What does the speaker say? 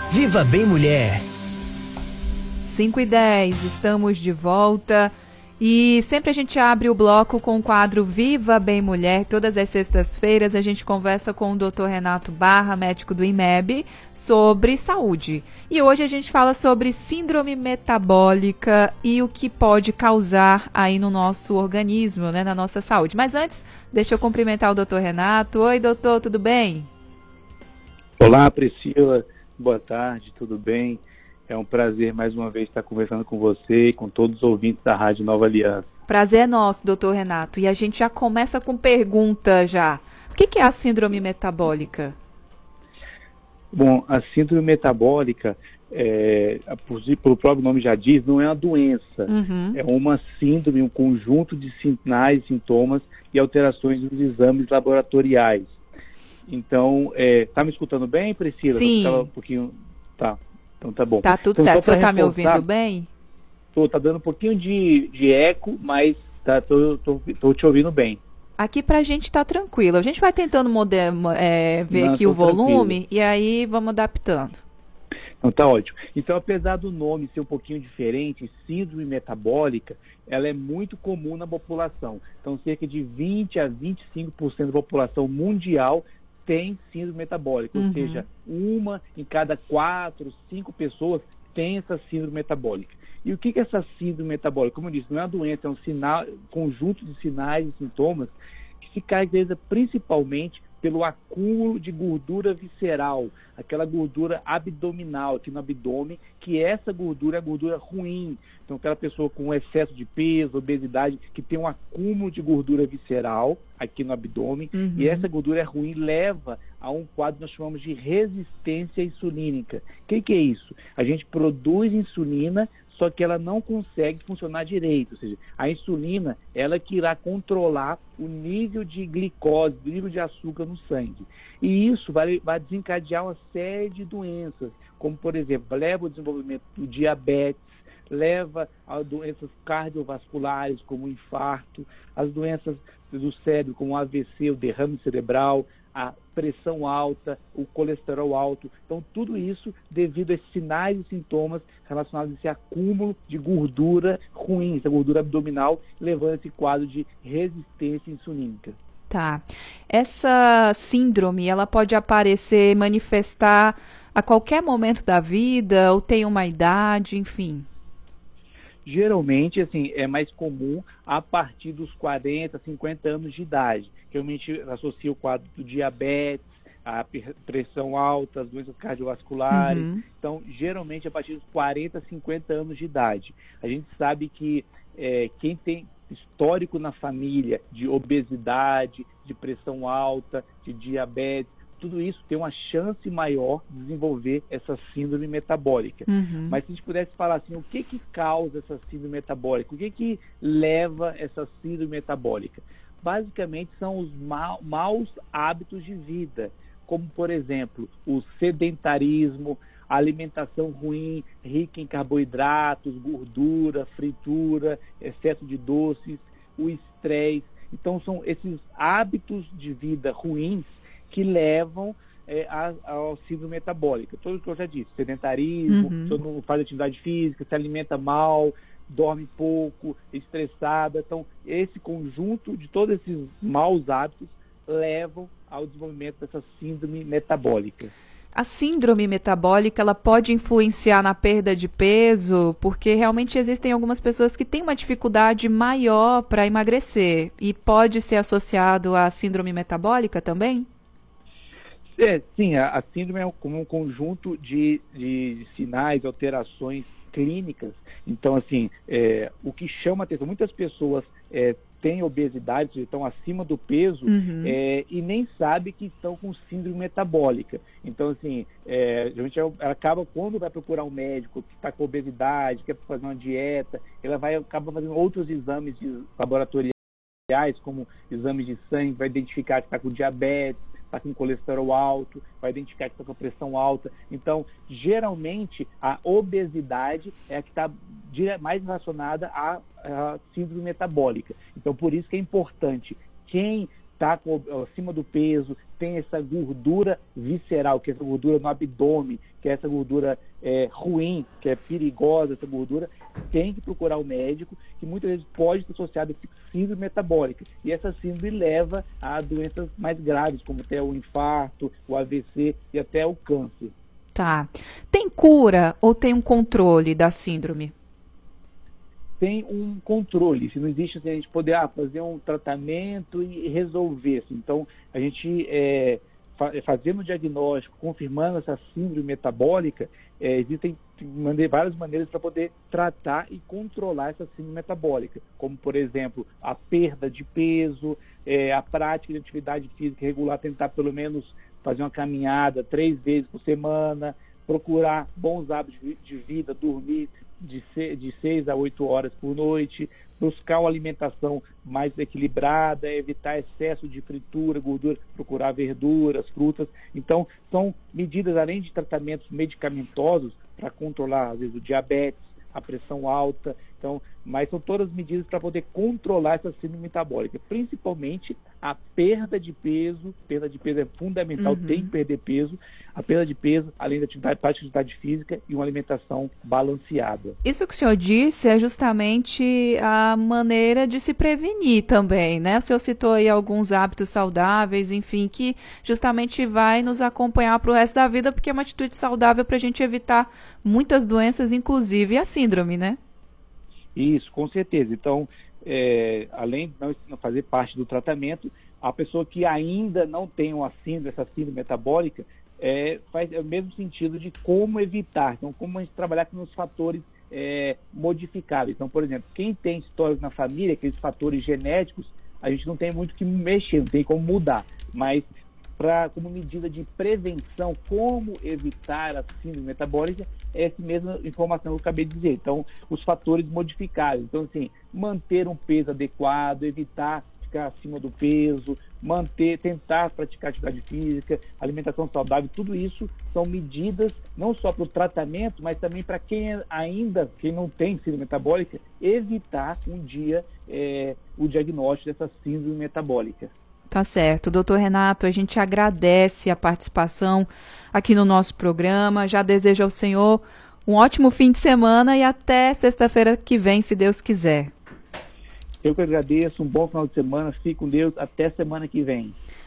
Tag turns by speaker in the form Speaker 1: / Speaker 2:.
Speaker 1: Viva Bem Mulher.
Speaker 2: 5h10, estamos de volta e sempre a gente abre o bloco com o quadro Viva Bem Mulher. Todas as sextas-feiras a gente conversa com o Dr. Renato Barra, médico do IMEB, sobre saúde. E hoje a gente fala sobre síndrome metabólica e o que pode causar aí no nosso organismo, né, na nossa saúde. Mas antes, deixa eu cumprimentar o Dr. Renato. Oi, doutor, tudo bem?
Speaker 3: Olá, Priscila. Boa tarde, tudo bem? É um prazer mais uma vez estar conversando com você e com todos os ouvintes da Rádio Nova Aliança.
Speaker 2: Prazer é nosso, doutor Renato. E a gente já começa com pergunta já. O que é a síndrome metabólica?
Speaker 3: Bom, a síndrome metabólica, pelo próprio nome já diz, não é uma doença. É uma síndrome, um conjunto de sinais, sintomas e alterações nos exames laboratoriais. Então, tá me escutando bem, Priscila?
Speaker 2: Sim.
Speaker 3: Um pouquinho... Tá, então tá bom.
Speaker 2: Tá tudo
Speaker 3: então,
Speaker 2: certo. O senhor está me ouvindo bem?
Speaker 3: Tá dando um pouquinho de eco, mas tô te ouvindo bem.
Speaker 2: Aqui pra gente tá tranquilo. A gente vai tentando ver aqui o volume tranquilo. E aí vamos adaptando.
Speaker 3: Então tá ótimo. Então, apesar do nome ser um pouquinho diferente, síndrome metabólica, ela é muito comum na população. Então, cerca de 20 a 25% da população mundial tem síndrome metabólica, ou seja, uma em cada 4, 5 pessoas tem essa síndrome metabólica. E o que é essa síndrome metabólica? Como eu disse, não é uma doença, é um conjunto de sinais e sintomas que se caracteriza principalmente pelo acúmulo de gordura visceral, aquela gordura abdominal aqui no abdômen, que essa gordura é a gordura ruim. Então, aquela pessoa com excesso de peso, obesidade, que tem um acúmulo de gordura visceral aqui no abdômen, e essa gordura ruim leva a um quadro que nós chamamos de resistência insulínica. O que é isso? A gente produz insulina, só que ela não consegue funcionar direito. Ou seja, a insulina, ela que irá controlar o nível de glicose, o nível de açúcar no sangue. E isso vai desencadear uma série de doenças, como, por exemplo, leva ao desenvolvimento do diabetes, leva a doenças cardiovasculares, como o infarto, as doenças do cérebro, como o AVC, o derrame cerebral, a pressão alta, o colesterol alto. Então, tudo isso devido a esses sinais e sintomas relacionados a esse acúmulo de gordura ruim, essa gordura abdominal, levando a esse quadro de resistência insulínica.
Speaker 2: Tá. Essa síndrome, ela pode aparecer, manifestar a qualquer momento da vida, ou tem uma idade, enfim?
Speaker 3: Geralmente, assim, é mais comum a partir dos 40, 50 anos de idade. Realmente associa o quadro do diabetes, a pressão alta, as doenças cardiovasculares. Então, geralmente, a partir dos 40, 50 anos de idade. A gente sabe que quem tem histórico na família de obesidade, de pressão alta, de diabetes, tudo isso tem uma chance maior de desenvolver essa síndrome metabólica. Mas se a gente pudesse falar assim, o que causa essa síndrome metabólica? O que leva essa síndrome metabólica? Basicamente são os maus hábitos de vida, como, por exemplo, o sedentarismo, a alimentação ruim, rica em carboidratos, gordura, fritura, excesso de doces, o estresse. Então, são esses hábitos de vida ruins que levam ao síndrome metabólica. Tudo que eu já disse, sedentarismo, se não faz atividade física, se alimenta mal, dorme pouco, estressada. Então, esse conjunto de todos esses maus hábitos levam ao desenvolvimento dessa síndrome metabólica.
Speaker 2: A síndrome metabólica, ela pode influenciar na perda de peso, porque realmente existem algumas pessoas que têm uma dificuldade maior para emagrecer, e pode ser associado à síndrome metabólica também?
Speaker 3: Sim, a síndrome é como um conjunto de sinais, alterações clínicas. Então, assim, o que chama a atenção, muitas pessoas têm obesidade, estão acima do peso, e nem sabem que estão com síndrome metabólica. Então, assim, geralmente ela acaba, quando vai procurar um médico que está com obesidade, quer fazer uma dieta, ela acaba fazendo outros exames laboratoriais, como exames de sangue, vai identificar que está com diabetes, está com colesterol alto, vai identificar que está com pressão alta. Então, geralmente, a obesidade é a que está mais relacionada à síndrome metabólica. Então, por isso que é importante, quem está acima do peso, tem essa gordura visceral, que é essa gordura no abdômen, que é essa gordura ruim, que é perigosa, essa gordura, tem que procurar o médico, que muitas vezes pode estar associada a síndrome metabólica. E essa síndrome leva a doenças mais graves, como até o infarto, o AVC e até o câncer.
Speaker 2: Tá. Tem cura ou tem um controle da síndrome?
Speaker 3: Tem um controle, se não existe assim, a gente poder fazer um tratamento e resolver. Assim. Então, a gente fazendo o diagnóstico, confirmando essa síndrome metabólica, existem várias maneiras para poder tratar e controlar essa síndrome metabólica, como, por exemplo, a perda de peso, a prática de atividade física regular, tentar pelo menos fazer uma caminhada 3 vezes por semana, procurar bons hábitos de vida, dormir de 6 a 8 horas por noite, buscar uma alimentação mais equilibrada, evitar excesso de fritura, gordura, procurar verduras, frutas. Então, são medidas, além de tratamentos medicamentosos, para controlar, às vezes, o diabetes, a pressão alta. Então, mas são todas medidas para poder controlar essa síndrome metabólica, principalmente a perda de peso. Perda de peso é fundamental, tem que perder peso. A perda de peso, além da prática de atividade física e uma alimentação balanceada.
Speaker 2: Isso que o senhor disse é justamente a maneira de se prevenir também, né? O senhor citou aí alguns hábitos saudáveis, enfim, que justamente vai nos acompanhar para o resto da vida, porque é uma atitude saudável para a gente evitar muitas doenças, inclusive a síndrome, né?
Speaker 3: Isso, com certeza. Então, além de não fazer parte do tratamento, a pessoa que ainda não tem essa síndrome metabólica, faz o mesmo sentido de como evitar. Então, como a gente trabalhar com os fatores modificáveis. Então, por exemplo, quem tem histórico na família, aqueles fatores genéticos, a gente não tem muito que mexer, não tem como mudar. Mas, como medida de prevenção, como evitar a síndrome metabólica, é essa mesma informação que eu acabei de dizer. Então, os fatores modificáveis. Então, assim, manter um peso adequado, evitar ficar acima do peso, tentar praticar atividade física, alimentação saudável, tudo isso são medidas não só para o tratamento, mas também para quem não tem síndrome metabólica, evitar um dia o diagnóstico dessa síndrome metabólica.
Speaker 2: Tá certo. Doutor Renato, a gente agradece a participação aqui no nosso programa. Já desejo ao senhor um ótimo fim de semana e até sexta-feira que vem, se Deus quiser.
Speaker 3: Eu que agradeço, um bom final de semana, fique com Deus, até semana que vem.